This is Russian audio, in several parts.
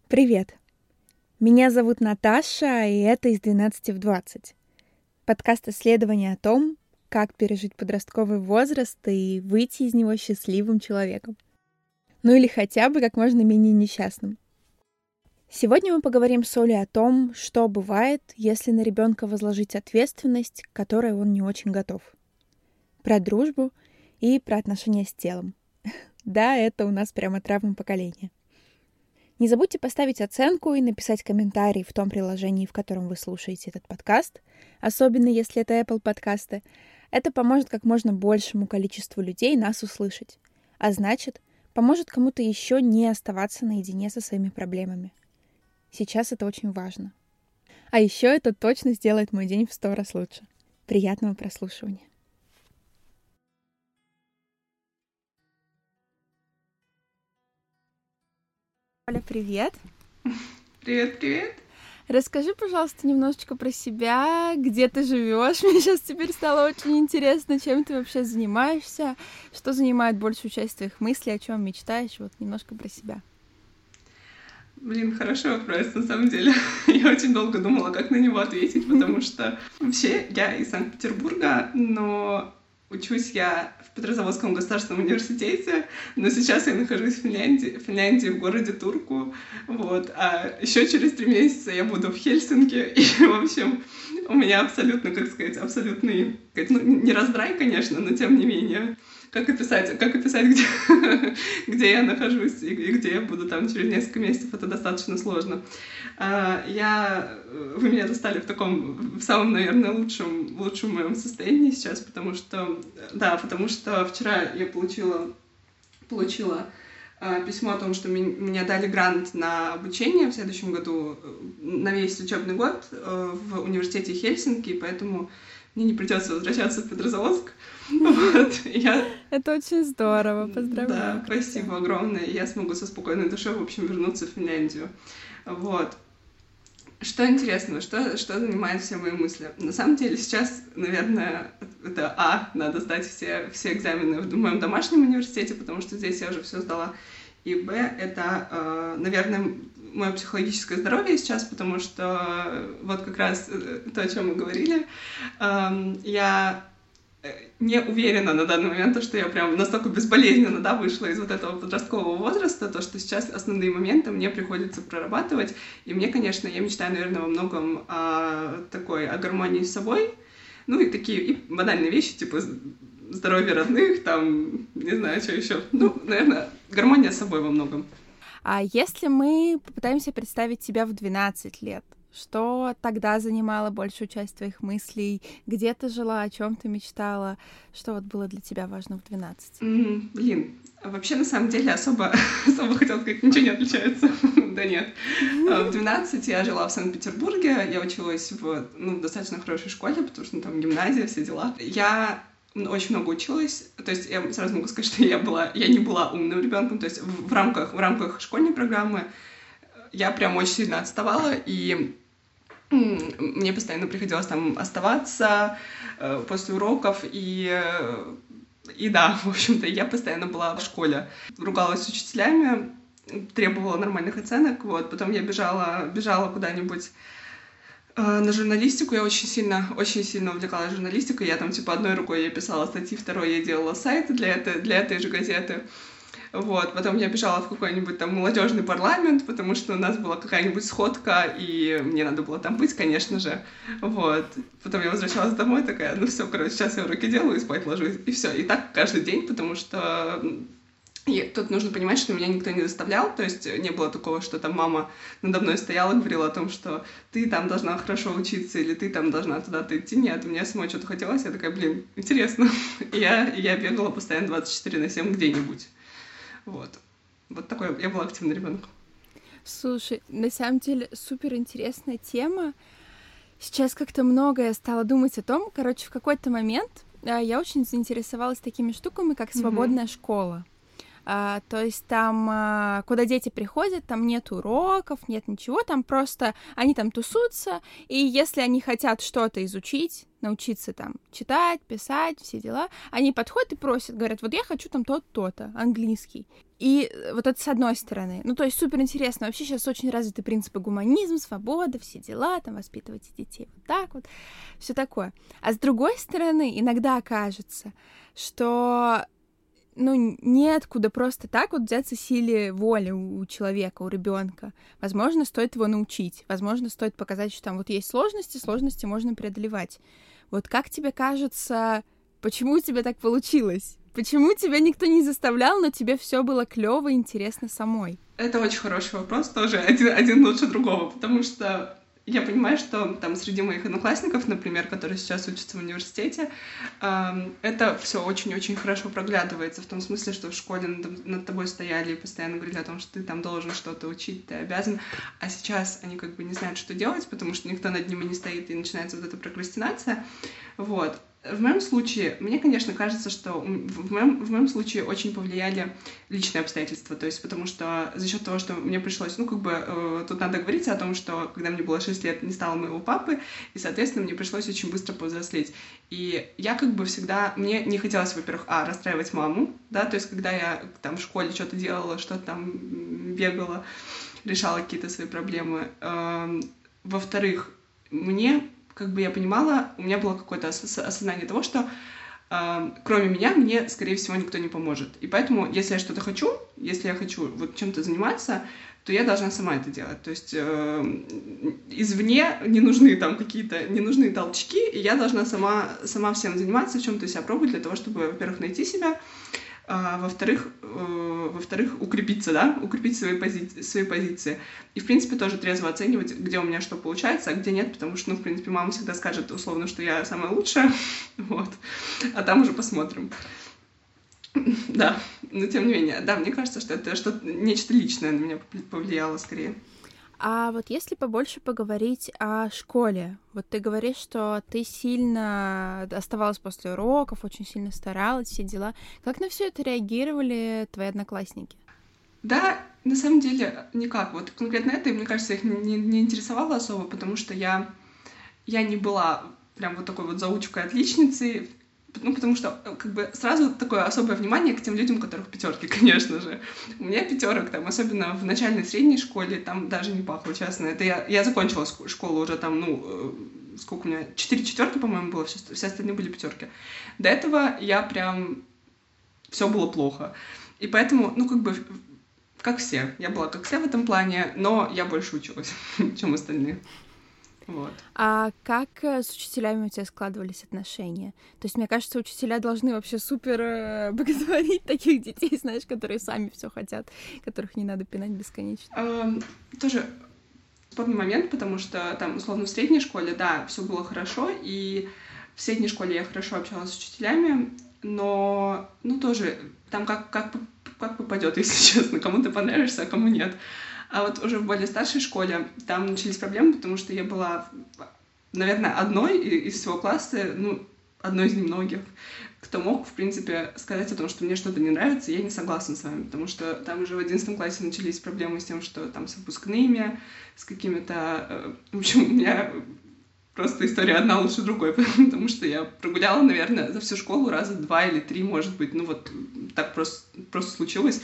Привет! Меня зовут Наташа, и это «Из 12 в 20». Подкаст исследования о том, как пережить подростковый возраст и выйти из него счастливым человеком. Ну или хотя бы как можно менее несчастным. Сегодня мы поговорим с Олей о том, что бывает, если на ребенка возложить ответственность, к которой он не очень готов. Про дружбу и про отношения с телом. Да, это у нас прямо травма поколения. Не забудьте поставить оценку и написать комментарий в том приложении, в котором вы слушаете этот подкаст, особенно если это Apple подкасты. Это поможет как можно большему количеству людей нас услышать, а значит, поможет кому-то еще не оставаться наедине со своими проблемами. Сейчас это очень важно. А еще это точно сделает мой день в 100 раз лучше. Приятного прослушивания. Оля, привет! Привет! Расскажи, пожалуйста, немножечко про себя, где ты живешь. Мне сейчас теперь стало очень интересно, чем ты вообще занимаешься, что занимает большую часть твоих мыслей, о чем мечтаешь. Вот немножко про себя. Хороший вопрос, на самом деле. Я очень долго думала, как на него ответить, потому что вообще я из Санкт-Петербурга, но учусь я в Петрозаводском государственном университете, но сейчас я нахожусь в Финляндии, в городе Турку, вот, а еще через 3 месяца я буду в Хельсинки, и, в общем, у меня абсолютно, абсолютный, не раздрай, конечно, но тем не менее, как описать, где я нахожусь и где я буду там через несколько месяцев, это достаточно сложно. Вы меня застали в самом, наверное, лучшем моем состоянии сейчас, потому что вчера я получила письмо о том, что мне дали грант на обучение в следующем году на весь учебный год в университете Хельсинки, и поэтому мне не придется возвращаться в Петрозаводск. Это очень здорово, поздравляю. Да, спасибо огромное. Я смогу со спокойной душой, в общем, вернуться в Финляндию. Вот. Что интересного, что занимает все мои мысли? На самом деле сейчас, наверное, это надо сдать все экзамены в моем домашнем университете, потому что здесь я уже все сдала. И Б, это, наверное, мое психологическое здоровье сейчас, потому что вот как раз то, о чем мы говорили, я не уверена на данный момент, что я прям настолько безболезненно, вышла из вот этого подросткового возраста, то, что сейчас основные моменты мне приходится прорабатывать. И мне, конечно, я мечтаю, наверное, во многом о гармонии с собой. Ну и такие банальные вещи, типа здоровье родных, там, не знаю, что еще. Ну, наверное, гармония с собой во многом. А если мы попытаемся представить себя в 12 лет, что тогда занимало большую часть твоих мыслей? Где ты жила, о чем ты мечтала? Что вот было для тебя важно в 12? Вообще, на самом деле, особо хотела сказать, ничего не отличается. Да нет. В 12 я жила в Санкт-Петербурге, я училась в достаточно хорошей школе, потому что там гимназия, все дела. Я очень много училась, то есть я сразу могу сказать, что я не была умным ребенком, то есть в рамках школьной программы я прям очень сильно отставала, и мне постоянно приходилось там оставаться после уроков, и да, в общем-то, я постоянно была в школе. Ругалась с учителями, требовала нормальных оценок, вот, потом я бежала куда-нибудь на журналистику. Я очень сильно увлекалась журналистикой, я там одной рукой я писала статьи, второй я делала сайты для этой же газеты. Вот, потом я бежала в какой-нибудь там молодежный парламент, потому что у нас была какая-нибудь сходка, и мне надо было там быть, конечно же. Вот. Потом я возвращалась домой, такая, все, сейчас я уроки делаю и спать ложусь. И все. И так каждый день, потому что тут нужно понимать, что меня никто не заставлял, то есть не было такого, что там мама надо мной стояла и говорила о том, что ты там должна хорошо учиться, или ты там должна туда-то идти. Нет, мне самой что-то хотелось, я такая, интересно. И я бегала постоянно 24/7 где-нибудь. Вот такой я была активный ребенок. Слушай, на самом деле супер интересная тема. Сейчас как-то многое стала думать о том. Короче, в какой-то момент я очень заинтересовалась такими штуками, как свободная школа. То есть там, куда дети приходят, там нет уроков, нет ничего, там просто они там тусуются, и если они хотят что-то изучить, научиться там читать, писать, все дела, они подходят и просят, говорят, вот я хочу там то-то, английский. И вот это с одной стороны. Ну, то есть супер интересно. Вообще сейчас очень развиты принципы гуманизм, свобода, все дела, там, воспитывайте детей вот так вот, все такое. А с другой стороны, иногда кажется, что, ну, неоткуда просто так вот взяться силе воли у человека, у ребенка. Возможно, стоит его научить. Возможно, стоит показать, что там вот есть сложности, сложности можно преодолевать. Вот как тебе кажется, почему у тебя так получилось? Почему тебя никто не заставлял, но тебе все было клёво и интересно самой? Это очень хороший вопрос, тоже один лучше другого, потому что я понимаю, что там среди моих одноклассников, например, которые сейчас учатся в университете, это все очень-очень хорошо проглядывается, в том смысле, что в школе над тобой стояли и постоянно говорили о том, что ты там должен что-то учить, ты обязан, а сейчас они как бы не знают, что делать, потому что никто над ними не стоит, и начинается вот эта прокрастинация, вот. В моем случае, мне, конечно, кажется, что в моем случае очень повлияли личные обстоятельства, то есть потому что за счет того, что мне пришлось, ну, как бы, тут надо говорить о том, что когда мне было 6 лет, не стало моего папы, и, соответственно, мне пришлось очень быстро повзрослеть. И я как бы всегда, мне не хотелось, во-первых, расстраивать маму, да, то есть когда я там в школе что-то делала, что-то там бегала, решала какие-то свои проблемы. Во-вторых, мне, как бы я понимала, у меня было какое-то осознание того, что кроме меня, мне, скорее всего, никто не поможет. И поэтому, если я что-то хочу, если я хочу вот чем-то заниматься, то я должна сама это делать. То есть извне не нужны там какие-то, не нужны толчки, и я должна сама всем заниматься, в чем-то себя пробовать для того, чтобы, во-первых, найти себя, во-вторых, укрепиться, да, укрепить свои позиции. И, в принципе, тоже трезво оценивать, где у меня что получается, а где нет, потому что, ну, в принципе, мама всегда скажет условно, что я самая лучшая, вот, а там уже посмотрим. Да, но тем не менее, да, мне кажется, что это нечто личное на меня повлияло скорее. А вот если побольше поговорить о школе, вот ты говоришь, что ты сильно оставалась после уроков, очень сильно старалась, все дела. Как на все это реагировали твои одноклассники? Да, на самом деле никак. Вот конкретно это, мне кажется, их не интересовало особо, потому что я не была прям вот такой вот заучкой-отличницей, ну, потому что, как бы, сразу такое особое внимание к тем людям, у которых пятерки, конечно же. У меня пятерок, там, особенно в начальной средней школе, там даже не пахло, честно. Это я закончила школу уже там, ну, сколько у меня, 4 четверки, по-моему, было, все остальные были пятерки. До этого я прям, все было плохо. И поэтому, ну, как бы, как все. Я была как все в этом плане, но я больше училась, чем остальные. Вот. А как с учителями у тебя складывались отношения? То есть, мне кажется, учителя должны вообще супер боготворить таких детей, знаешь, которые сами все хотят, которых не надо пинать бесконечно. Тоже спорный момент, потому что там, условно, в средней школе, да, все было хорошо, и в средней школе я хорошо общалась с учителями, но, ну, тоже там как попадет, если честно, кому ты понравишься, а кому нет. А вот уже в более старшей школе там начались проблемы, потому что я была, наверное, одной из всего класса, ну, одной из немногих, кто мог, в принципе, сказать о том, что мне что-то не нравится, и я не согласна с вами, потому что там уже в 11 классе начались проблемы с тем, что там с выпускными, с какими-то... В общем, у меня просто история одна лучше другой, потому что я прогуляла, наверное, за всю школу раза 2 или 3, может быть, ну вот так просто случилось.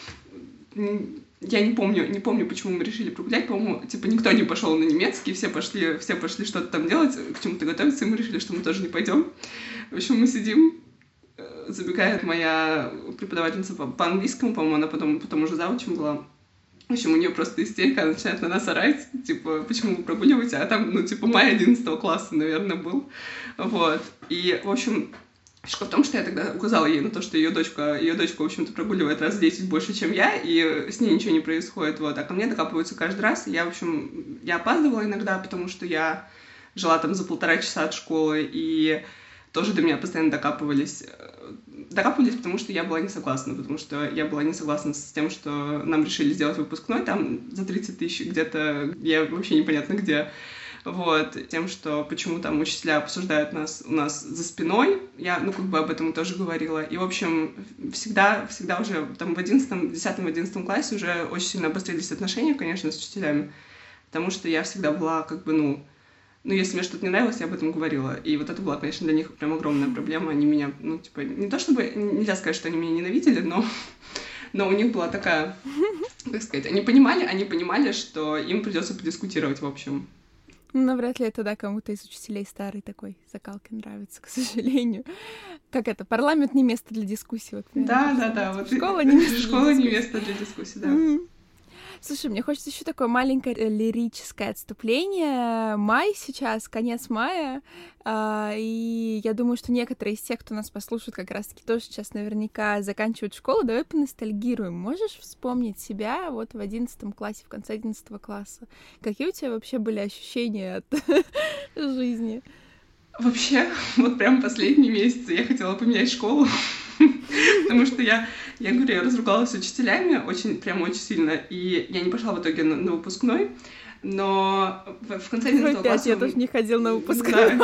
Я не помню, почему мы решили прогулять, по-моему, типа никто не пошел на немецкий, все пошли что-то там делать, к чему-то готовиться, и мы решили, что мы тоже не пойдем. В общем, мы сидим, забегает моя преподавательница по английскому, по-моему, она потом уже заучем была. В общем, у нее просто истерика, она начинает на нас орать, типа, почему вы прогуливаете, а там, ну, типа, май 11 класса, наверное, был, вот, и, в общем, фишка в том, что я тогда указала ей на то, что ее дочка, в общем-то, прогуливает раз в 10 больше, чем я, и с ней ничего не происходит, вот, а ко мне докапываются каждый раз, и я, в общем, я опаздывала иногда, потому что я жила там за 1,5 часа от школы, и тоже до меня постоянно докапывались, потому что я была не согласна, с тем, что нам решили сделать выпускной там за 30 тысяч где-то, я вообще непонятно где, вот, тем, что почему там учителя обсуждают нас у нас за спиной, я, ну, как бы об этом тоже говорила, и, в общем, всегда уже там в 10-11 классе уже очень сильно обострились отношения, конечно, с учителями, потому что я всегда была, как бы, ну, если мне что-то не нравилось, я об этом говорила. И вот это была, конечно, для них прям огромная проблема. Они меня, ну, типа, не то чтобы, нельзя сказать, что они меня ненавидели, но но у них была такая, как сказать, они понимали, что им придется подискутировать, в общем. Ну, навряд ли это, да, кому-то из учителей старой такой закалки нравится, к сожалению. Как это, парламент не место для дискуссий. Вот, да. Вот школа не место для дискуссий, да. Слушай, мне хочется еще такое маленькое лирическое отступление. Май сейчас, конец мая, и я думаю, что некоторые из тех, кто нас послушает, как раз-таки тоже сейчас наверняка заканчивают школу. Давай поностальгируем. Можешь вспомнить себя вот в 11 классе, в конце 11 класса? Какие у тебя вообще были ощущения от жизни? Вообще, вот прям последние месяцы я хотела поменять школу, потому что я говорю, я разругалась с учителями прям очень сильно, и я не пошла в итоге на выпускной, но в конце 11 класса... я тоже не ходила на выпускной.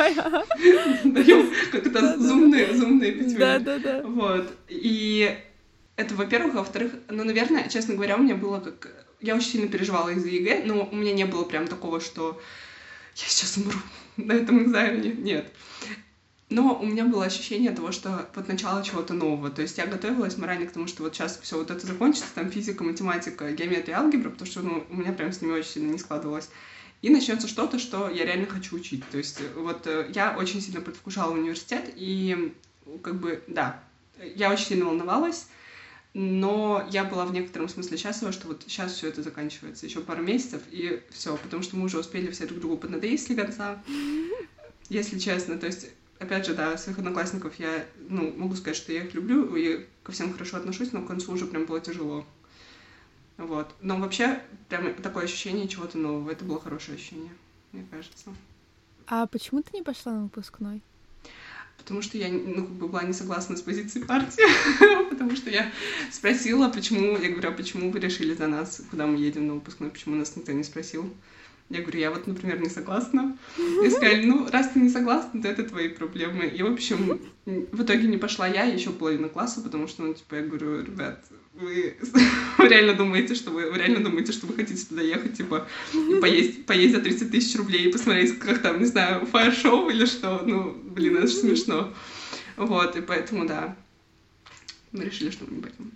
Даём как это зумные пятюли. Да. Вот, и это, во-первых, во-вторых, ну, наверное, честно говоря, у меня было как... Я очень сильно переживала из-за ЕГЭ, но у меня не было прям такого, что я сейчас умру на этом экзамене. Нет. Но у меня было ощущение того, что вот начало чего-то нового. То есть я готовилась морально к тому, что вот сейчас все вот это закончится, там физика, математика, геометрия, алгебра, потому что ну, у меня прям с ними очень сильно не складывалось. И начнется что-то, что я реально хочу учить. То есть вот я очень сильно предвкушала университет, и как бы, да, я очень сильно волновалась, но я была в некотором смысле счастлива, что вот сейчас все это заканчивается, еще пару месяцев, и все, потому что мы уже успели все друг другу поднадоесть слегонца, если честно. То есть, опять же, да, своих одноклассников я, ну, могу сказать, что я их люблю и ко всем хорошо отношусь, но к концу уже прям было тяжело. Вот. Но вообще, прям такое ощущение чего-то нового. Это было хорошее ощущение, мне кажется. А почему ты не пошла на выпускной? Потому что я, ну, как бы была не согласна с позицией партии, потому что я спросила, почему, я говорю, а почему вы решили за нас, куда мы едем на выпускной, почему нас никто не спросил. Я говорю, я вот, например, не согласна. И сказали, ну, раз ты не согласна, то это твои проблемы. И, в общем, в итоге не пошла я, еще половина класса, потому что, ну, типа, я говорю, ребят, вы реально думаете, что вы хотите туда ехать, типа, и поесть за 30 тысяч рублей и посмотреть, как там, не знаю, фаер-шоу или что? Ну, блин, это же смешно. Вот, и поэтому, да, мы решили, что мы не пойдем.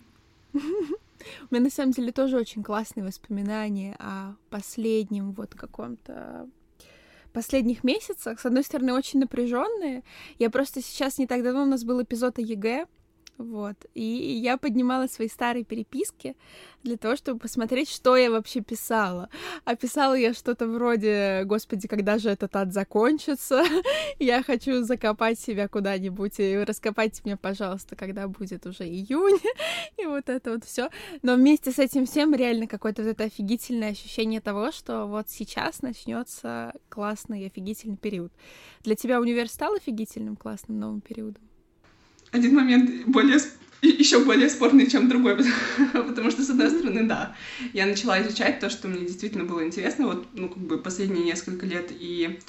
У меня, на самом деле, тоже очень классные воспоминания о последнем вот каком-то последних месяцах. С одной стороны, очень напряженные. Я просто сейчас не так давно у нас был эпизод о ЕГЭ, вот, и я поднимала свои старые переписки для того, чтобы посмотреть, что я вообще писала. А писала я что-то вроде «Господи, когда же этот ад закончится? Я хочу закопать себя куда-нибудь, и раскопайте меня, пожалуйста, когда будет уже июнь». И вот это вот все. Но вместе с этим всем реально какое-то вот это офигительное ощущение того, что вот сейчас начнется классный, офигительный период. Для тебя универ стал офигительным, классным новым периодом? Один момент еще более спорный, чем другой, потому что, с одной стороны, да, я начала изучать то, что мне действительно было интересно, вот, ну, как бы последние несколько лет, и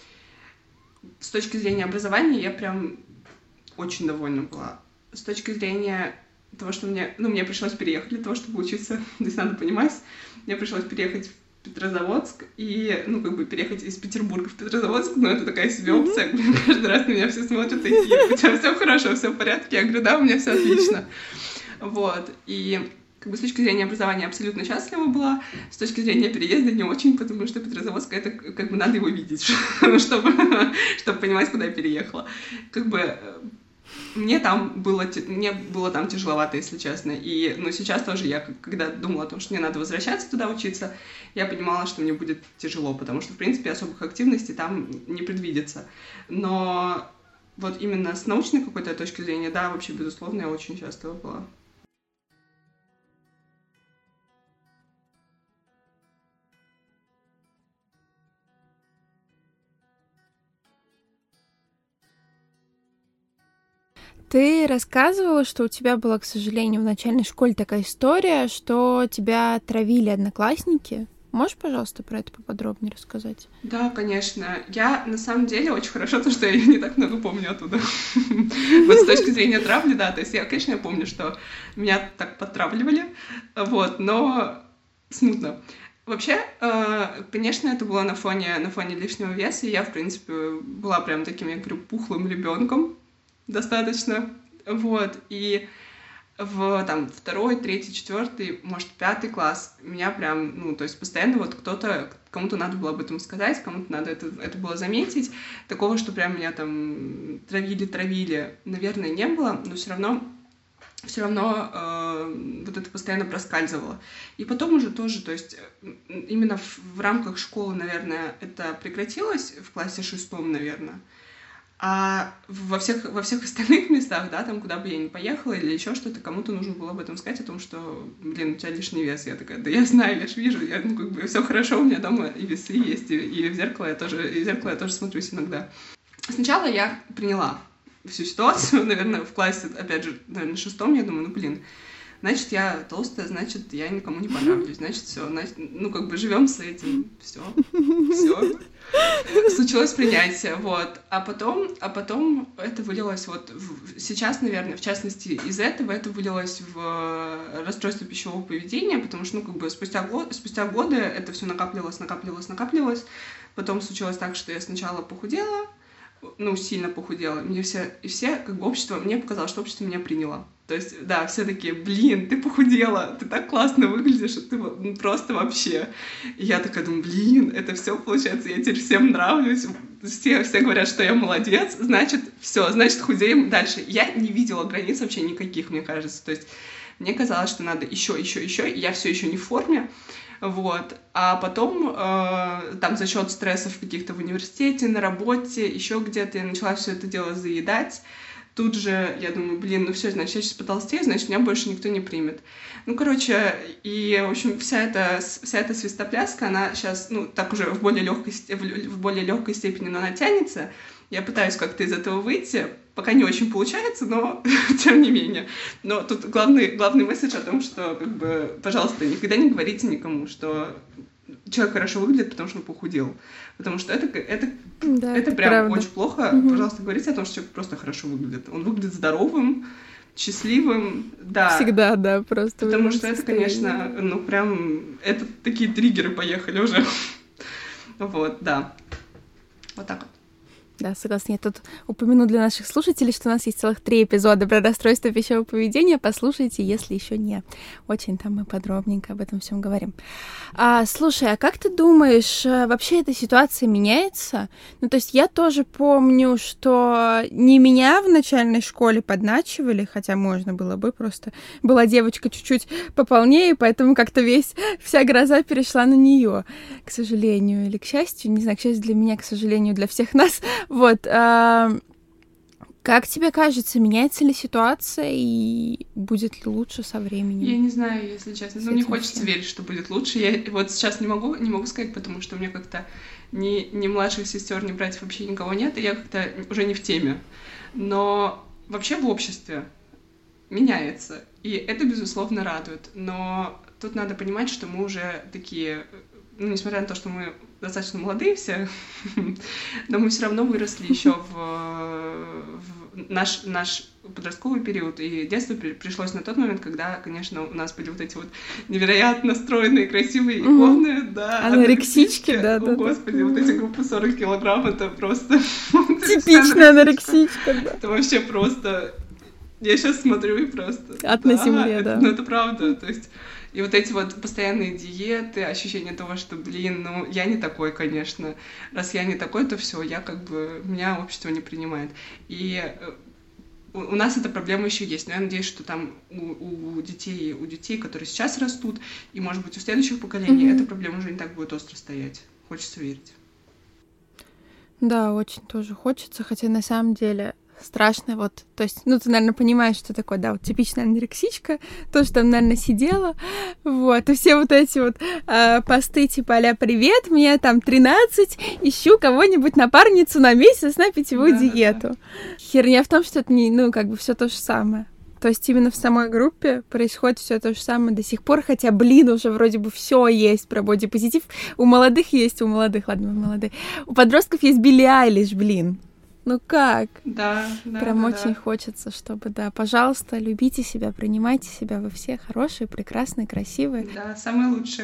с точки зрения образования я прям очень довольна была. С точки зрения того, что мне пришлось переехать для того, чтобы учиться, здесь надо понимать, мне пришлось переехать в Петрозаводск, и, ну, как бы переехать из Петербурга в Петрозаводск, ну, это такая себе опция, каждый раз на меня все смотрят такие, у тебя все хорошо, все в порядке, я говорю, да, у меня все отлично, вот, и как бы с точки зрения образования абсолютно счастлива была, с точки зрения переезда не очень, потому что Петрозаводск, это как бы надо его видеть, чтобы понимать, куда я переехала, как бы... Мне было там тяжеловато, если честно. И, ну, сейчас тоже я, когда думала о том, что мне надо возвращаться туда учиться, я понимала, что мне будет тяжело, потому что, в принципе, особых активностей там не предвидится. Но вот именно с научной какой-то точки зрения, да, вообще, безусловно, я очень счастлива была. Ты рассказывала, что у тебя была, к сожалению, в начальной школе такая история, что тебя травили одноклассники. Можешь, пожалуйста, про это поподробнее рассказать? Да, конечно. Я, на самом деле, очень хорошо то, что я не так много помню оттуда. Вот с точки зрения травли, да, то есть я, конечно, помню, что меня так подтравливали, вот, но смутно. Вообще, конечно, это было на фоне лишнего веса, и я, в принципе, была прям таким, я говорю, пухлым ребенком достаточно, вот, и там, 2, 3, 4, может, 5 класс меня прям, ну, то есть постоянно вот кому-то надо было об этом сказать, кому-то надо это было заметить. Такого, что прям меня там травили, наверное, не было, но все равно вот это постоянно проскальзывало. И потом уже тоже, то есть именно в рамках школы, наверное, это прекратилось в классе 6, наверное. А во всех остальных местах, да, там, куда бы я ни поехала или еще что-то, кому-то нужно было об этом сказать, о том, что, блин, у тебя лишний вес. Я такая, да я знаю, я же вижу, ну, как бы, все хорошо, у меня дома и весы есть, и в зеркало я тоже смотрюсь иногда. Сначала я приняла всю ситуацию, наверное, в классе, опять же, наверное, 6, я думаю, ну, блин, значит, я толстая, значит, я никому не понравлюсь, значит, все, ну, как бы живем с этим, все. Случилось принятие, вот. А потом это вылилось вот сейчас, наверное, в частности, из этого это вылилось в расстройство пищевого поведения, потому что, ну, как бы спустя годы это все накапливалось. Потом случилось так, что я сначала похудела, ну, сильно похудела. Мне все, как бы мне показалось, что общество меня приняло. То есть, да, все такие, блин, ты похудела, ты так классно выглядишь, ты просто вообще. И я такая думаю, блин, это все получается, я теперь всем нравлюсь, все говорят, что я молодец, значит, все, значит, худеем дальше. Я не видела границ вообще никаких, мне кажется. То есть, мне казалось, что надо еще, и я все еще не в форме. Вот. А потом там за счет стрессов каких-то в университете, на работе, еще где-то я начала все это дело заедать. Тут же я думаю, блин, ну все, значит, я сейчас потолстею, значит, меня больше никто не примет. Ну, короче, и, в общем, вся эта свистопляска, она сейчас, ну, так уже в более легкой степени, но она тянется. Я пытаюсь как-то из этого выйти. Пока не очень получается, но тем не менее. Но тут главный месседж о том, что, как бы, пожалуйста, никогда не говорите никому, что человек хорошо выглядит, потому что он похудел. Потому что это прям правда. Очень плохо. Угу. Пожалуйста, говорите о том, что человек просто хорошо выглядит. Он выглядит здоровым, счастливым, да. Всегда, да, просто. Потому что это, конечно, ну прям, это такие триггеры поехали уже. Вот, да. Вот так вот. Да, согласна. Я тут упомяну для наших слушателей, что у нас есть целых 3 эпизода про расстройство пищевого поведения. Послушайте, если еще не. Очень там мы подробненько об этом всем говорим. Слушай, а как ты думаешь, вообще эта ситуация меняется? Ну, то есть я тоже помню, что не меня в начальной школе подначивали, хотя можно было бы, просто была девочка чуть-чуть пополнее, поэтому как-то вся гроза перешла на нее, к сожалению, или к счастью. Не знаю, к счастью для меня, к сожалению, для всех нас. Вот, как тебе кажется, меняется ли ситуация и будет ли лучше со временем? Я не знаю, если честно. Но мне хочется верить, что будет лучше. Я вот сейчас не могу сказать, потому что у меня как-то ни младших сестер, ни братьев вообще никого нет, и я как-то уже не в теме. Но вообще в обществе меняется, и это, безусловно, радует. Но тут надо понимать, что мы уже такие... Ну, несмотря на то, что мы достаточно молодые все, но мы все равно выросли еще в наш подростковый период, и детство пришлось на тот момент, когда, конечно, у нас были вот эти вот невероятно стройные, красивые иконы, да. Анорексички, да. О, господи, вот эти группы 40 килограмм, это просто... Типичная анорексичка, да. Это вообще просто... Я сейчас смотрю и просто... Ад на земле, да. Ну, это правда, то есть... И вот эти вот постоянные диеты, ощущение того, что, блин, ну, я не такой, конечно. Раз я не такой, то все, я как бы... Меня общество не принимает. И у нас эта проблема еще есть. Но я надеюсь, что там у детей, которые сейчас растут, и, может быть, у следующих поколений, эта проблема уже не так будет остро стоять. Хочется верить. Да, очень тоже хочется, хотя на самом деле... страшно, вот, то есть, ну, ты, наверное, понимаешь, что такое, да, вот типичная анорексичка, то, что там, наверное, сидела, вот, и все вот эти вот посты типа а-ля «Привет, мне там 13, ищу кого-нибудь напарницу на месяц на питьевую диету». Херня в том, что это не, ну, как бы все то же самое. То есть именно в самой группе происходит все то же самое до сих пор, хотя, блин, уже вроде бы все есть про бодипозитив. У молодых, ладно, мы молодые. У подростков есть Билли Айлиш, блин. Ну как? Да. Прям очень хочется, чтобы, да, пожалуйста, любите себя, принимайте себя, вы все хорошие, прекрасные, красивые. Да, самые лучшие.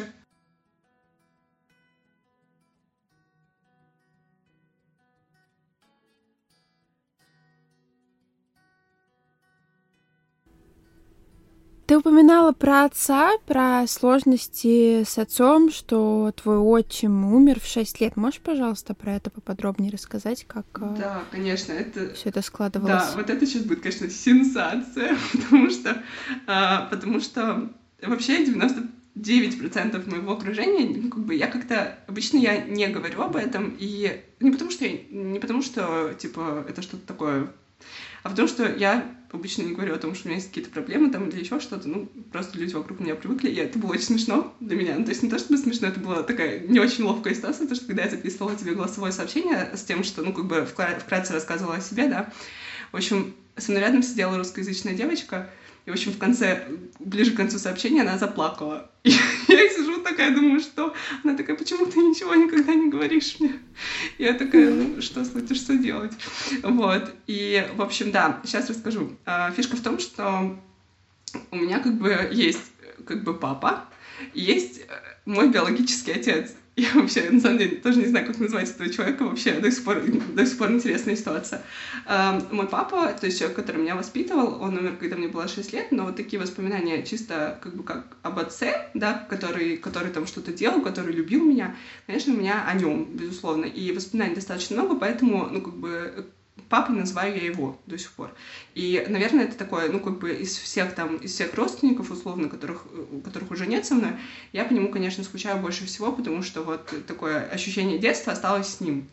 Ты упоминала про отца, про сложности с отцом, что твой отчим умер в 6 лет. Можешь, пожалуйста, про это поподробнее рассказать, как Да, конечно, все это складывалось? Да, вот это сейчас будет, конечно, сенсация, потому что вообще 99% моего окружения, ну, как бы я как-то... Обычно я не говорю об этом, и не потому что, типа, это что-то такое, а потому что я обычно не говорю о том, что у меня есть какие-то проблемы там или еще что-то, ну, просто люди вокруг меня привыкли, и это было очень смешно для меня. Ну, то есть не то чтобы смешно, это была такая не очень ловкая ситуация, потому что когда я записывала тебе голосовое сообщение с тем, что, ну, как бы вкратце рассказывала о себе, да, в общем, со мной рядом сидела русскоязычная девочка, и, в общем, ближе к концу сообщения она заплакала. И я сижу такая, думаю, что? Она такая, почему ты ничего никогда не говоришь мне? Я такая, ну, что делать? Вот. И, в общем, да, сейчас расскажу. Фишка в том, что у меня как бы есть как бы папа, и есть мой биологический отец. Я вообще, на самом деле, тоже не знаю, как назвать этого человека вообще. До сих пор интересная ситуация. Мой папа, то есть человек, который меня воспитывал, он умер, когда мне было 6 лет, но вот такие воспоминания чисто как бы как об отце, да, который там что-то делал, который любил меня, конечно, у меня о нем, безусловно. И воспоминаний достаточно много, поэтому, ну, как бы... Папой называю я его до сих пор. И, наверное, это такое, ну, как бы из всех родственников, условно, которых уже нет со мной, я по нему, конечно, скучаю больше всего, потому что вот такое ощущение детства осталось с ним.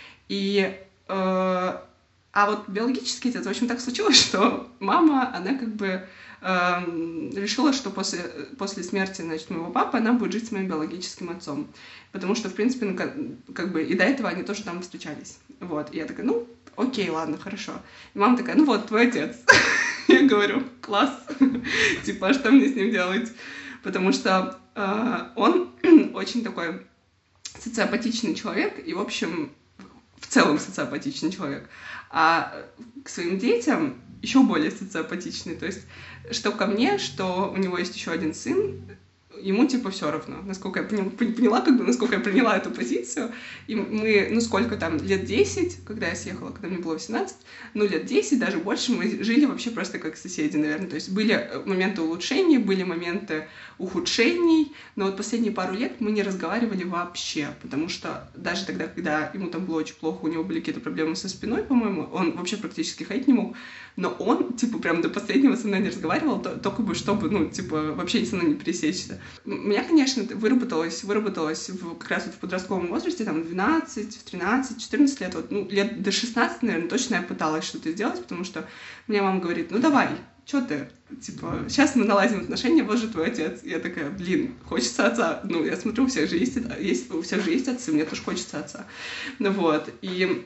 А вот биологический отец, в общем, так случилось, что мама, она как бы решила, что после смерти, значит, моего папы она будет жить с моим биологическим отцом. Потому что, в принципе, ну, как бы и до этого они тоже там встречались. Вот. И я такая, ну, окей, ладно, хорошо. И мама такая, ну вот, твой отец. Я говорю, класс. Типа, а что мне с ним делать? Потому что он очень такой социопатичный человек, и, в общем, в целом социопатичный человек. А к своим детям еще более социопатичный. То есть, что ко мне, что у него есть еще один сын, ему типа все равно, насколько я поняла, как бы, насколько я приняла эту позицию. И мы, ну сколько там, лет 10, когда я съехала, когда мне было 18, ну лет 10, даже больше, мы жили вообще просто как соседи, наверное. То есть были моменты улучшений, были моменты ухудшений, но вот последние пару лет мы не разговаривали вообще, потому что даже тогда, когда ему там было очень плохо, у него были какие-то проблемы со спиной, по-моему, он вообще практически ходить не мог, но он, типа, прям до последнего со мной не разговаривал, только бы, чтобы, ну, типа, вообще со мной не пересечься. У меня, конечно, выработалось как раз вот в подростковом возрасте, там, 12, 13, 14 лет, вот, ну, лет до 16, наверное, точно я пыталась что-то сделать, потому что мне мама говорит, ну, давай, что ты, типа, сейчас мы наладим отношения, вот же твой отец. Я такая, блин, хочется отца. Ну, я смотрю, у всех же есть отцы, мне тоже хочется отца. Ну, вот, и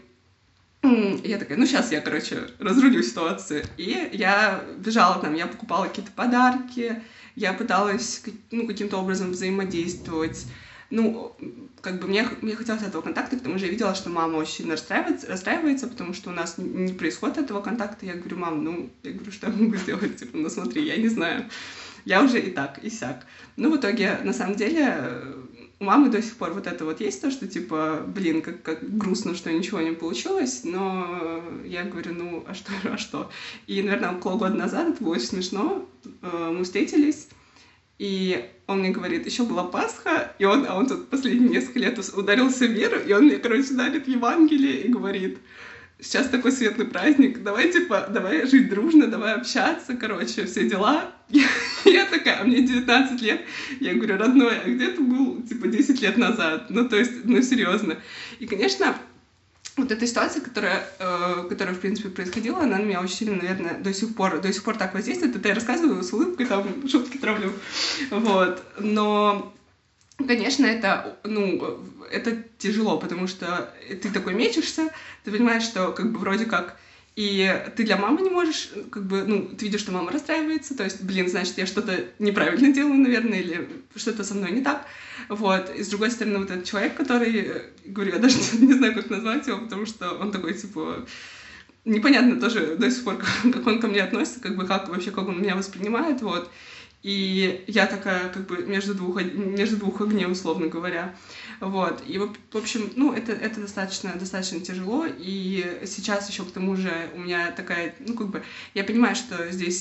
я такая, ну, сейчас я, короче, разрулю ситуацию. И я бежала там, я покупала какие-то подарки, я пыталась, ну, каким-то образом взаимодействовать. Ну, как бы мне хотелось этого контакта, к тому же я видела, что мама очень сильно расстраивается, потому что у нас не происходит этого контакта. Я говорю, мам, ну, я говорю, что я могу сделать? Типа, ну, смотри, я не знаю. Я уже и так, и сяк. Ну, в итоге, на самом деле, у мамы до сих пор вот это вот есть то, что, типа, блин, как грустно, что ничего не получилось, но я говорю, ну, а что? И, наверное, около года назад, это было очень смешно, мы встретились, и он мне говорит, еще была Пасха, и он тут последние несколько лет ударился в веру, и он мне, короче, дарит Евангелие и говорит, сейчас такой светлый праздник, давай жить дружно, давай общаться, короче, все дела. Я такая, а мне 19 лет. Я говорю, родной, а где ты был, типа, 10 лет назад? Ну, то есть, ну, серьезно. И, конечно, вот эта ситуация, которая, в принципе, происходила, она на меня очень сильно, наверное, до сих пор так воздействует. Это я рассказываю с улыбкой, там, шутки травлю. Вот. Но, конечно, это тяжело, потому что ты такой мечешься, ты понимаешь, что, как бы, вроде как, и ты для мамы не можешь, как бы, ну, ты видишь, что мама расстраивается, то есть, блин, значит, я что-то неправильно делаю, наверное, или что-то со мной не так, вот, и с другой стороны, вот этот человек, который, говорю, я даже не знаю, как назвать его, потому что он такой, типа, непонятно тоже до сих пор, как он ко мне относится, как бы, как он меня воспринимает, вот, и я такая, как бы, между двух огней, условно говоря. Вот. И, в общем, ну, это достаточно тяжело. И сейчас еще к тому же у меня такая, ну, как бы, я понимаю, что здесь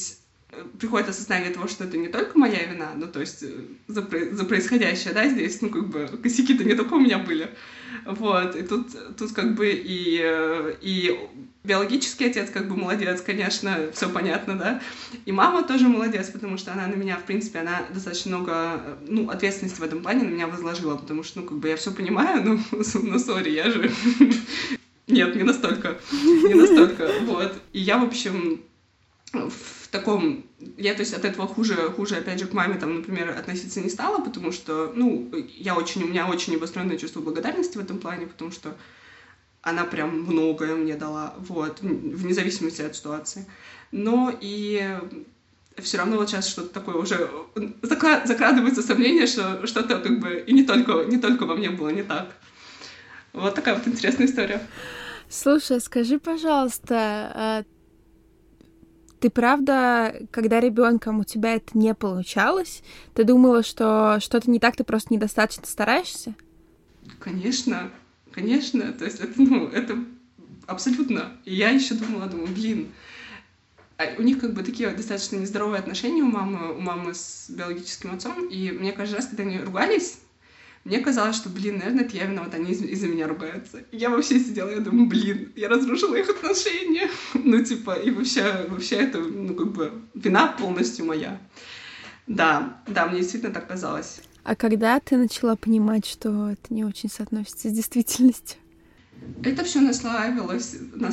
приходит осознание того, что это не только моя вина, ну, то есть за происходящее, да, здесь, ну, как бы, косяки-то не только у меня были, вот, и тут как бы и биологический отец как бы молодец, конечно, все понятно, да, и мама тоже молодец, потому что она на меня, в принципе, она достаточно много, ну, ответственности в этом плане на меня возложила, потому что, ну, как бы я все понимаю, ну, сори, я же... Нет, не настолько, вот, и я, в общем... в таком... Я, то есть, от этого хуже, опять же, к маме, там, например, относиться не стала, потому что, ну, у меня очень обостренное чувство благодарности в этом плане, потому что она прям многое мне дала, вот, вне зависимости от ситуации. Но и все равно вот сейчас что-то такое уже закрадывается сомнение, что что-то как бы и не только во мне было не так. Вот такая вот интересная история. Слушай, скажи, пожалуйста, ты правда, когда ребенком у тебя это не получалось, ты думала, что что-то не так, ты просто недостаточно стараешься? Конечно. То есть это абсолютно. И я еще думаю, блин, у них как бы такие достаточно нездоровые отношения у мамы с биологическим отцом, и мне каждый раз, когда они ругались, мне казалось, что, блин, наверное, это я виновата, они из-за меня ругаются. И я вообще сидела, я думаю, блин, я разрушила их отношения. Ну, типа, и вообще это, ну, как бы, вина полностью моя. Да, мне действительно так казалось. А когда ты начала понимать, что это не очень соотносится с действительностью? Это все наслаивалось,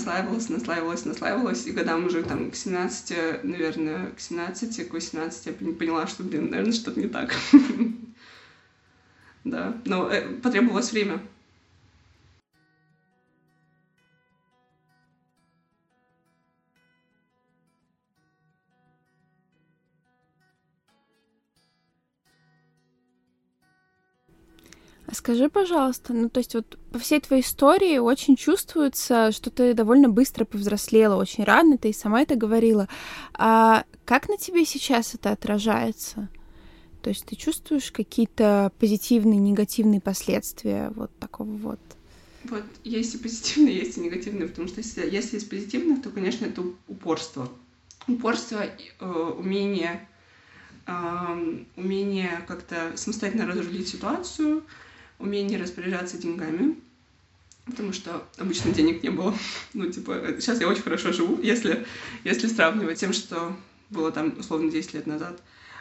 и годам уже там к 17, наверное, к 18 я поняла, что, блин, наверное, что-то не так. Да, но потребовалось время. А скажи, пожалуйста, ну то есть вот по всей твоей истории очень чувствуется, что ты довольно быстро повзрослела, очень рано, ты и сама это говорила. А как на тебе сейчас это отражается? То есть ты чувствуешь какие-то позитивные, негативные последствия вот такого вот? Вот есть и позитивные, есть и негативные, потому что если из позитивных, то, конечно, это упорство. Упорство, умение как-то самостоятельно разрулить ситуацию, умение распоряжаться деньгами, потому что обычно денег не было. Ну, типа, сейчас я очень хорошо живу, если сравнивать с тем, что было там, условно, 10 лет назад.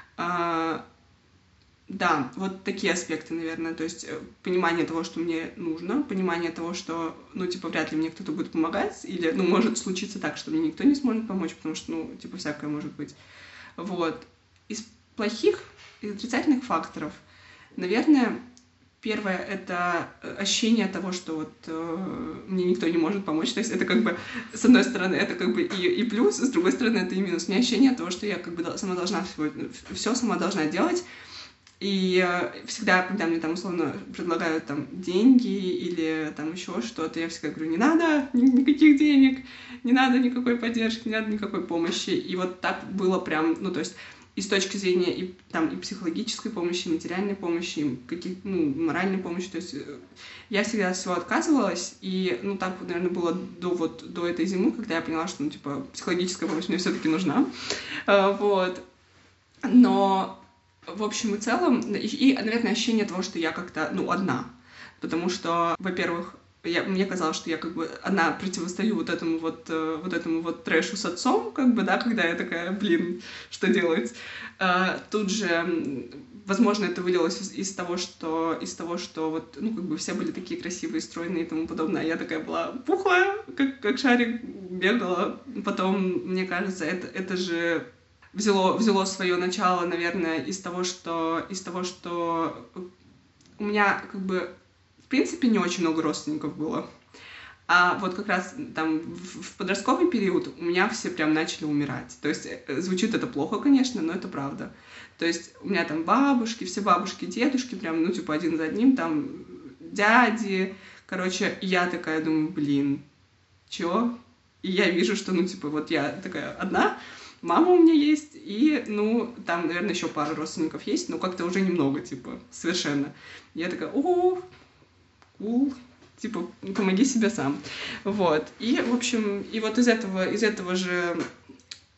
Да, вот такие аспекты, наверное. То есть понимание того, что мне нужно, понимание того, что, ну, типа, вряд ли мне кто-то будет помогать, или, ну, может случиться так, что мне никто не сможет помочь, потому что, ну, типа, всякое может быть. Вот. Из плохих и отрицательных факторов, наверное, первое — это ощущение того, что вот мне никто не может помочь. То есть это как бы, с одной стороны, это как бы и плюс, с другой стороны, это и минус. У меня ощущение того, что я как бы сама должна все сама должна делать. И всегда, когда мне там условно предлагают там деньги или там еще что-то, я всегда говорю, не надо никаких денег, не надо никакой поддержки, не надо никакой помощи. И вот так было прям, ну, то есть и с точки зрения и психологической помощи, и материальной помощи, и моральной помощи. То есть я всегда от всего отказывалась, и, ну, так, наверное, было до этой зимы, когда я поняла, что, ну, типа, психологическая помощь мне все-таки нужна. Вот. Но в общем и целом, и, наверное, ощущение того, что я как-то, ну, одна. Потому что, во-первых, мне казалось, что я как бы одна противостою вот этому вот трэшу с отцом, как бы, да, когда я такая, блин, что делать? Тут же, возможно, это вылилось из того, что вот, ну, как бы все были такие красивые, стройные и тому подобное, а я такая была пухлая, как шарик, бегала. Потом, мне кажется, это же взяло свое начало, наверное, из того, что у меня как бы в принципе не очень много родственников было. А вот как раз там в подростковый период у меня все прям начали умирать. То есть звучит это плохо, конечно, но это правда. То есть у меня там все бабушки, дедушки, прям, ну, типа, один за одним, там, дяди. Короче, я такая думаю, блин, чё? И я вижу, что, ну, типа, вот я такая одна, мама у меня есть, и, ну, там, наверное, еще пара родственников есть, но как-то уже немного, типа, совершенно. Я такая, о, кул, типа, помоги себе сам. Вот. И, в общем, и вот из этого же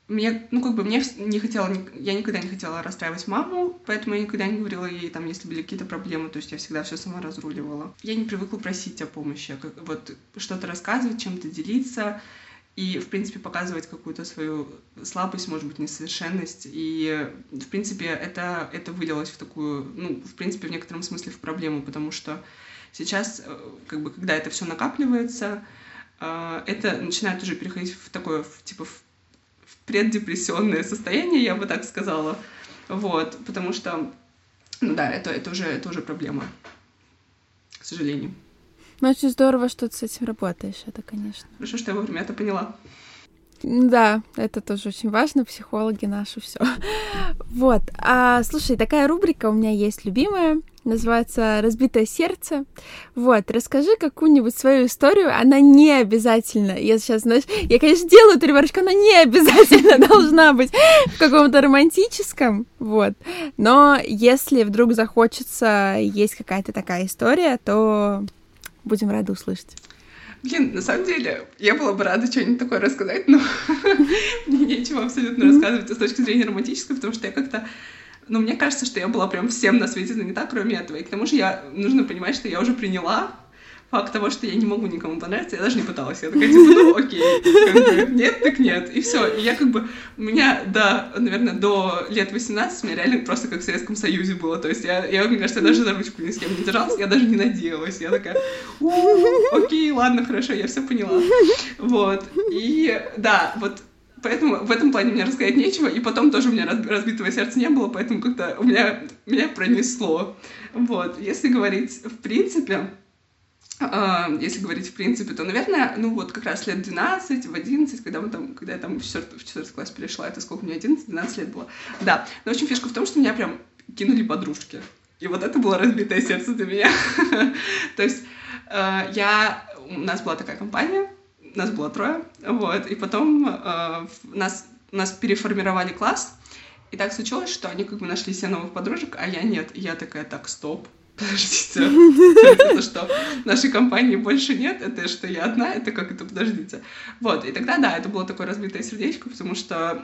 мне не хотела, я никогда не хотела расстраивать маму, поэтому я никогда не говорила ей, там, если были какие-то проблемы, то есть я всегда все сама разруливала. Я не привыкла просить о помощи, вот что-то рассказывать, чем-то делиться и, в принципе, показывать какую-то свою слабость, может быть, несовершенность. И, в принципе, это вылилось в такую, в принципе, в некотором смысле в проблему, потому что сейчас, когда это все накапливается, это начинает уже переходить в такое, в преддепрессионное состояние, я бы так сказала. Вот, потому что, это уже проблема, к сожалению. Ну, очень здорово, что ты с этим работаешь, это, конечно. Хорошо, что я вовремя это поняла. Да, это тоже очень важно, психологи наши, все. Вот. Слушай, такая рубрика у меня есть любимая, называется «Разбитое сердце». Вот, расскажи какую-нибудь свою историю, она не обязательно, я сейчас, знаешь, я, конечно, делаю эту ремарочку, она не обязательно должна быть в каком-то романтическом, вот. Но если вдруг захочется, есть какая-то такая история, то будем рады услышать. Блин, на самом деле, я была бы рада что-нибудь такое рассказать, но мне нечего абсолютно рассказывать с точки зрения романтической, потому что я как-то... мне кажется, что я была прям всем на свете занята, кроме этого. И к тому же нужно понимать, что я уже приняла факт того, что я не могу никому понравиться, я даже не пыталась. Я такая, окей, нет, так нет. И все. И я у меня наверное, до лет 18 у меня реально просто как в Советском Союзе было. То есть мне кажется, я даже за ручку ни с кем не держалась, я даже не надеялась. Я такая, окей, ладно, хорошо, я все поняла. Вот. И вот поэтому в этом плане мне рассказать нечего, и потом тоже у меня разбитого сердца не было, поэтому как-то меня пронесло. Вот. Если говорить в принципе, то, наверное, как раз лет 12, в 11, когда я там в 4 класс перешла, это сколько мне, 11-12 лет было. Да, но в общем фишка в том, что меня прям кинули подружки. И вот это было разбитое сердце для меня. То есть у нас была такая компания, нас было 3, вот, и потом нас переформировали класс, и так случилось, что они нашли себе новых подружек, а я нет. И я такая, так, стоп. Подождите, это что, нашей компании больше нет, это что, я одна, это как это, подождите. Вот, и тогда, это было такое разбитое сердечко, потому что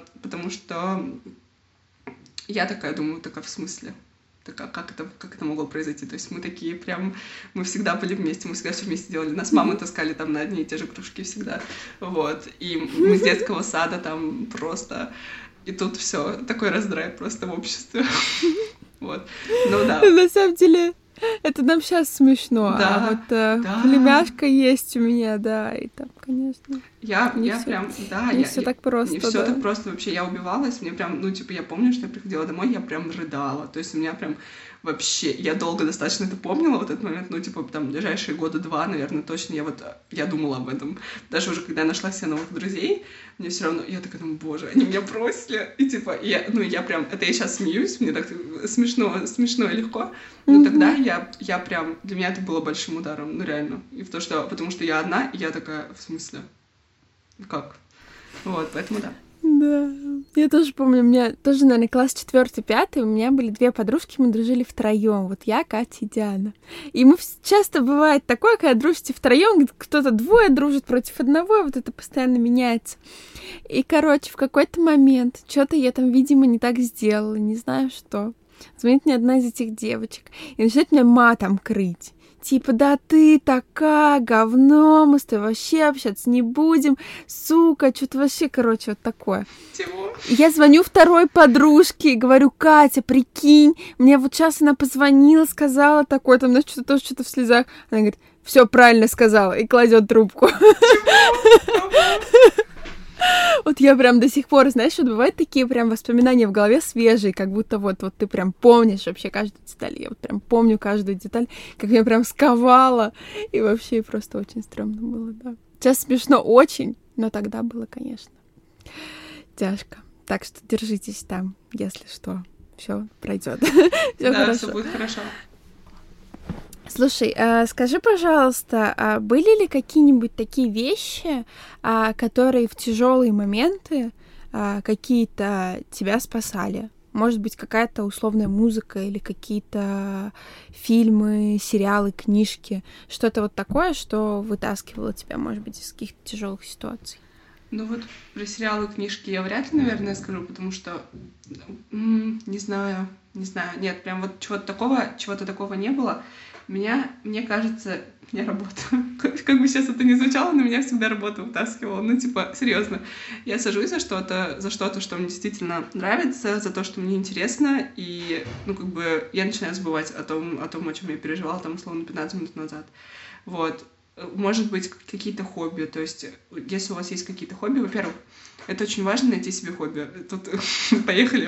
я такая думаю, в смысле? Как это могло произойти? То есть мы такие прям, мы всегда были вместе, мы всегда все вместе делали. Нас мамы таскали там на одни и те же кружки всегда, вот. И мы с детского сада там просто... И тут все такой раздрай просто в обществе. Вот. На самом деле, это нам сейчас смешно, племяшка есть у меня, и там, конечно. Не все так просто. Не все так просто вообще. Я убивалась, мне прям, я помню, что я приходила домой, я прям рыдала. То есть у меня прям вообще, я долго достаточно это помнила, вот этот момент, там, ближайшие 2 года, наверное, точно, я думала об этом. Даже уже, когда я нашла себе новых друзей, мне все равно, я такая думаю, боже, они меня бросили, и я прям, это я сейчас смеюсь, мне так смешно и легко, но тогда я прям, для меня это было большим ударом, реально, потому что я одна, и я такая, в смысле, как? Вот, поэтому да. Да, я тоже помню, у меня тоже, наверное, класс 4-5, у меня были 2 подружки, мы дружили втроем. Вот я, Катя и Диана. И мы часто бывает такое, когда дружите втроем, кто-то 2 дружит против одного, вот это постоянно меняется. И, в какой-то момент что-то я там, видимо, не так сделала, не знаю что. Звонит мне одна из этих девочек и начинает меня матом крыть. Типа, да ты такая, говно, мы с тобой вообще общаться не будем, сука, что-то вообще, вот такое. Чего? Я звоню второй подружке и говорю, Катя, прикинь, мне вот сейчас она позвонила, сказала такое, там, знаешь, что-то в слезах. Она говорит, все правильно сказала, и кладет трубку. Вот я прям до сих пор, знаешь, вот бывают такие прям воспоминания в голове свежие, как будто вот ты прям помнишь вообще каждую деталь. Я вот прям помню каждую деталь, как меня прям сковало. И вообще просто очень стрёмно было, да. Сейчас смешно очень, но тогда было, конечно, тяжко. Так что держитесь там, если что, все пройдет. Да, все будет хорошо. Слушай, скажи, пожалуйста, были ли какие-нибудь такие вещи, которые в тяжелые моменты какие-то тебя спасали? Может быть, какая-то условная музыка или какие-то фильмы, сериалы, книжки, что-то вот такое, что вытаскивало тебя, может быть, из каких-то тяжелых ситуаций? Ну вот про сериалы, книжки я вряд ли, наверное, скажу, потому что не знаю, нет, прям вот чего-то такого не было. Мне кажется, меня работа, как бы сейчас это ни звучало, но меня всегда работа вытаскивала. Ну, типа, серьезно. Я сажусь за что-то, что мне действительно нравится, за то, что мне интересно, и, ну, как бы, я начинаю забывать о том, о чем я переживала, там, условно, 15 минут назад. Вот. Может быть, какие-то хобби. То есть, если у вас есть какие-то хобби, во-первых, это очень важно найти себе хобби. Тут поехали.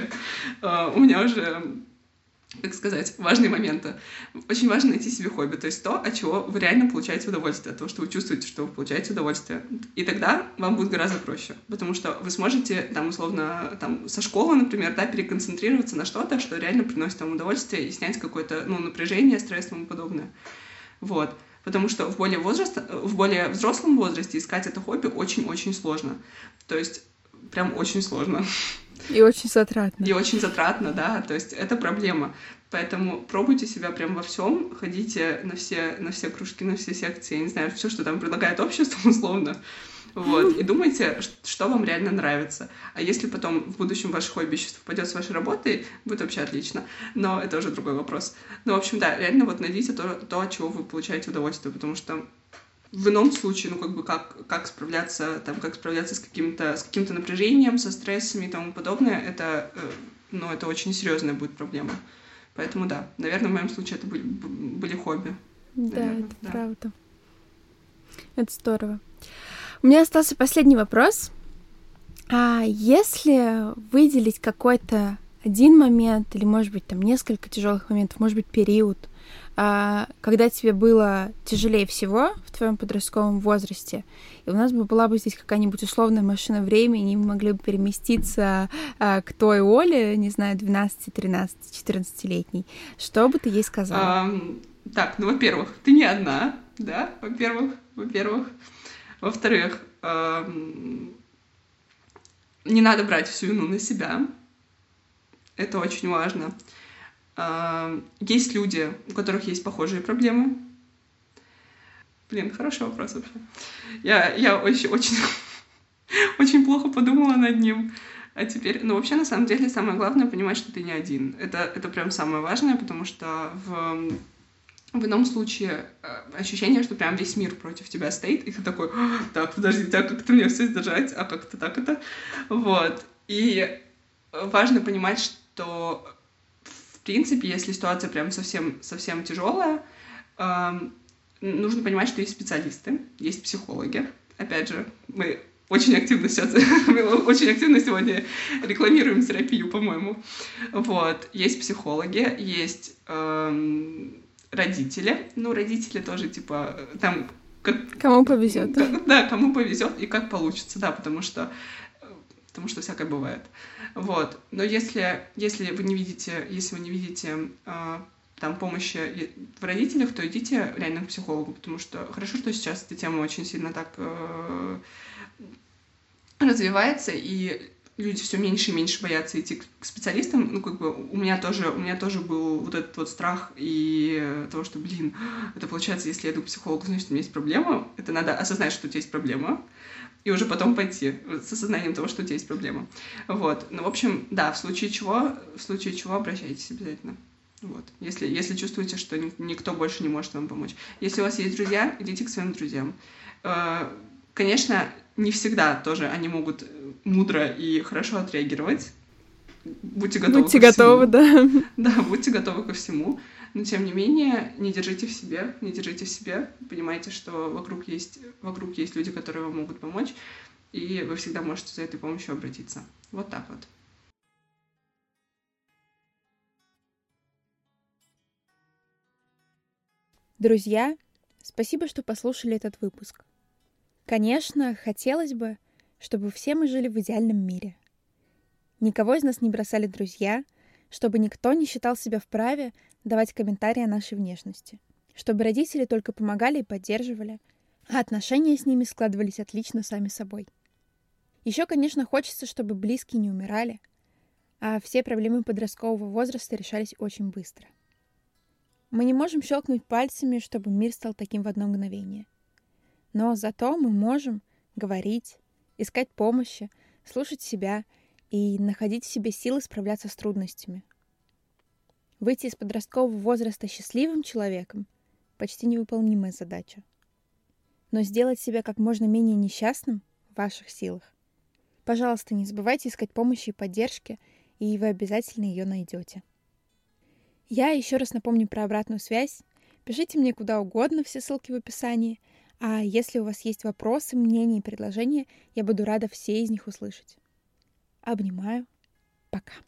У меня уже, как сказать, важные моменты. Очень важно найти себе хобби. То есть то, от чего вы реально получаете удовольствие, от того, что вы чувствуете, что вы получаете удовольствие. И тогда вам будет гораздо проще. Потому что вы сможете, там, условно, там, со школы, например, да, переконцентрироваться на что-то, что реально приносит вам удовольствие, и снять какое-то, ну, напряжение, стресс и тому подобное. Вот. Потому что в более взрослом возрасте искать это хобби очень-очень сложно. То есть прям очень сложно. И очень затратно. И очень затратно, да. То есть это проблема. Поэтому пробуйте себя прям во всем, ходите на все кружки, на все секции, я не знаю, все, что там предлагает общество, условно. Вот. И думайте, что вам реально нравится. А если потом в будущем ваше хобби еще совпадет с вашей работой, будет вообще отлично. Но это уже другой вопрос. Ну, в общем, да, реально вот найдите то, от чего вы получаете удовольствие, потому что в ином случае, ну, как бы, как справляться с каким-то напряжением, со стрессами и тому подобное, это очень серьезная будет проблема. Поэтому, да, наверное, в моем случае это были хобби. Да, наверное, это правда. Это здорово. У меня остался последний вопрос. А если выделить какой-то один момент, или, может быть, там несколько тяжелых моментов, может быть, период, когда тебе было тяжелее всего в твоем подростковом возрасте, и у нас была бы здесь какая-нибудь условная машина времени, и мы могли бы переместиться к той Оле, не знаю, 12, 13, 14-летней, что бы ты ей сказала? Так, ну, во-первых, ты не одна, да, во-первых. Во-вторых, не надо брать всю вину на себя. Это очень важно. Есть люди, у которых есть похожие проблемы. Блин, хороший вопрос вообще. Я очень, очень плохо подумала над ним. А теперь, ну, вообще, на самом деле, самое главное понимать, что ты не один. Это прям самое важное, потому что в ином случае ощущение, что прям весь мир против тебя стоит, и ты такой, так, подожди, как это мне все сдержать, а как это так это? Вот. И важно понимать, что в принципе, если ситуация прям совсем тяжелая, нужно понимать, что есть специалисты, есть психологи. Опять же, мы очень активно сегодня рекламируем терапию, по-моему. Вот. Есть психологи, есть родители. Ну, родители тоже, типа, там... Кому повезет. Да, кому повезет и как получится, да, потому что всякое бывает. Вот. Но если вы не видите там помощи в родителях, то идите реально к психологу, потому что хорошо, что сейчас эта тема очень сильно так развивается, и люди все меньше и меньше боятся идти к специалистам. Ну, как бы у меня тоже был вот этот вот страх и того, что, блин, это получается, если я иду к психологу, значит, у меня есть проблема. Это надо осознать, что у тебя есть проблема, и уже потом пойти с осознанием того, что у тебя есть проблема. Вот. Ну, в общем, да, в случае чего обращайтесь обязательно. Вот. Если чувствуете, что никто больше не может вам помочь. Если у вас есть друзья, идите к своим друзьям. Конечно, не всегда тоже они могут мудро и хорошо отреагировать. Будьте готовы ко всему. Будьте готовы, да. Да, будьте готовы ко всему. Но, тем не менее, не держите в себе. Понимайте, что вокруг есть люди, которые вам могут помочь, и вы всегда можете за этой помощью обратиться. Вот так вот. Друзья, спасибо, что послушали этот выпуск. Конечно, хотелось бы, чтобы все мы жили в идеальном мире. Никого из нас не бросали друзья, чтобы никто не считал себя вправе давать комментарии о нашей внешности, чтобы родители только помогали и поддерживали, а отношения с ними складывались отлично сами собой. Еще, конечно, хочется, чтобы близкие не умирали, а все проблемы подросткового возраста решались очень быстро. Мы не можем щелкнуть пальцами, чтобы мир стал таким в одно мгновение. Но зато мы можем говорить, искать помощи, слушать себя и находить в себе силы справляться с трудностями. Выйти из подросткового возраста счастливым человеком — почти невыполнимая задача. Но сделать себя как можно менее несчастным в ваших силах. Пожалуйста, не забывайте искать помощи и поддержки, и вы обязательно ее найдете. Я еще раз напомню про обратную связь. Пишите мне куда угодно, все ссылки в описании. А если у вас есть вопросы, мнения и предложения, я буду рада все из них услышать. Обнимаю. Пока.